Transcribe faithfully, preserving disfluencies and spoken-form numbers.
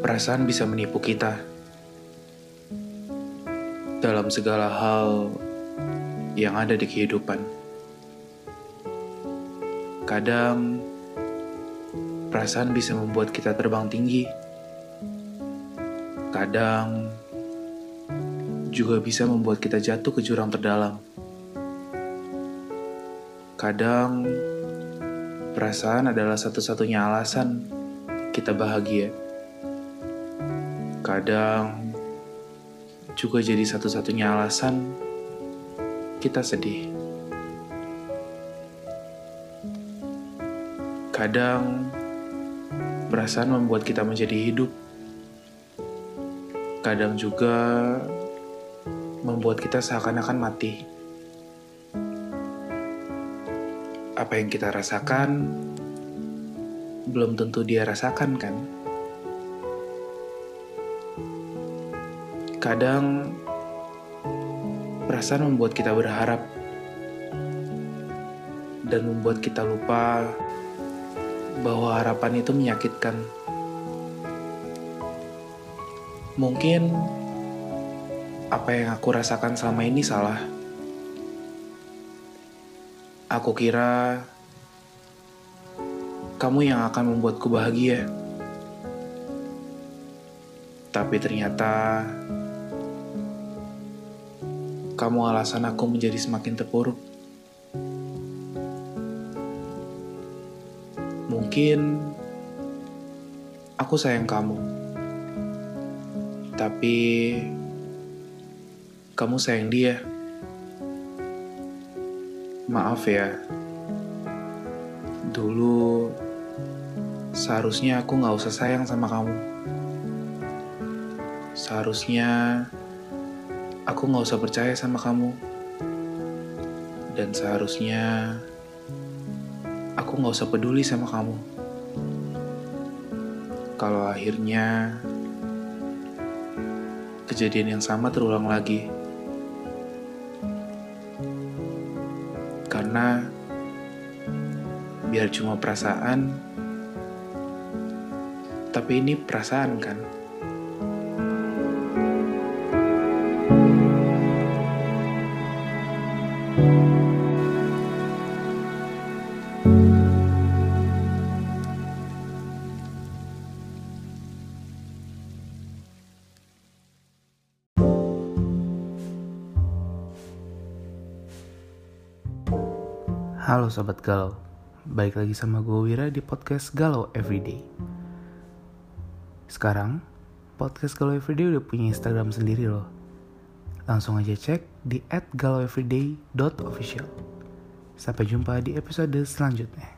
Perasaan bisa menipu kita dalam segala hal yang ada di kehidupan. Kadang, perasaan bisa membuat kita terbang tinggi. Kadang, juga bisa membuat kita jatuh ke jurang terdalam. Kadang, perasaan adalah satu-satunya alasan kita bahagia. Kadang, juga jadi satu-satunya alasan kita sedih. Kadang, perasaan membuat kita menjadi hidup. Kadang juga membuat kita seakan-akan mati. Apa yang kita rasakan, belum tentu dia rasakan, kan? Kadang, perasaan membuat kita berharap dan membuat kita lupa bahwa harapan itu menyakitkan. Mungkin apa yang aku rasakan selama ini salah. Aku kira kamu yang akan membuatku bahagia. Tapi ternyata kamu alasan aku menjadi semakin terpuruk. Mungkin aku sayang kamu, tapi kamu sayang dia. Maaf ya, dulu seharusnya aku gak usah sayang sama kamu. Seharusnya aku gak usah percaya sama kamu. Dan seharusnya aku gak usah peduli sama kamu. Kalau akhirnya kejadian yang sama terulang lagi. Karena biar cuma perasaan, tapi ini perasaan kan? Halo Sobat Galau, balik lagi sama gue Wira di podcast Galau Everyday. Sekarang, podcast Galau Everyday udah punya Instagram sendiri loh. Langsung aja cek di at galaueveryday dot official. Sampai jumpa di episode selanjutnya.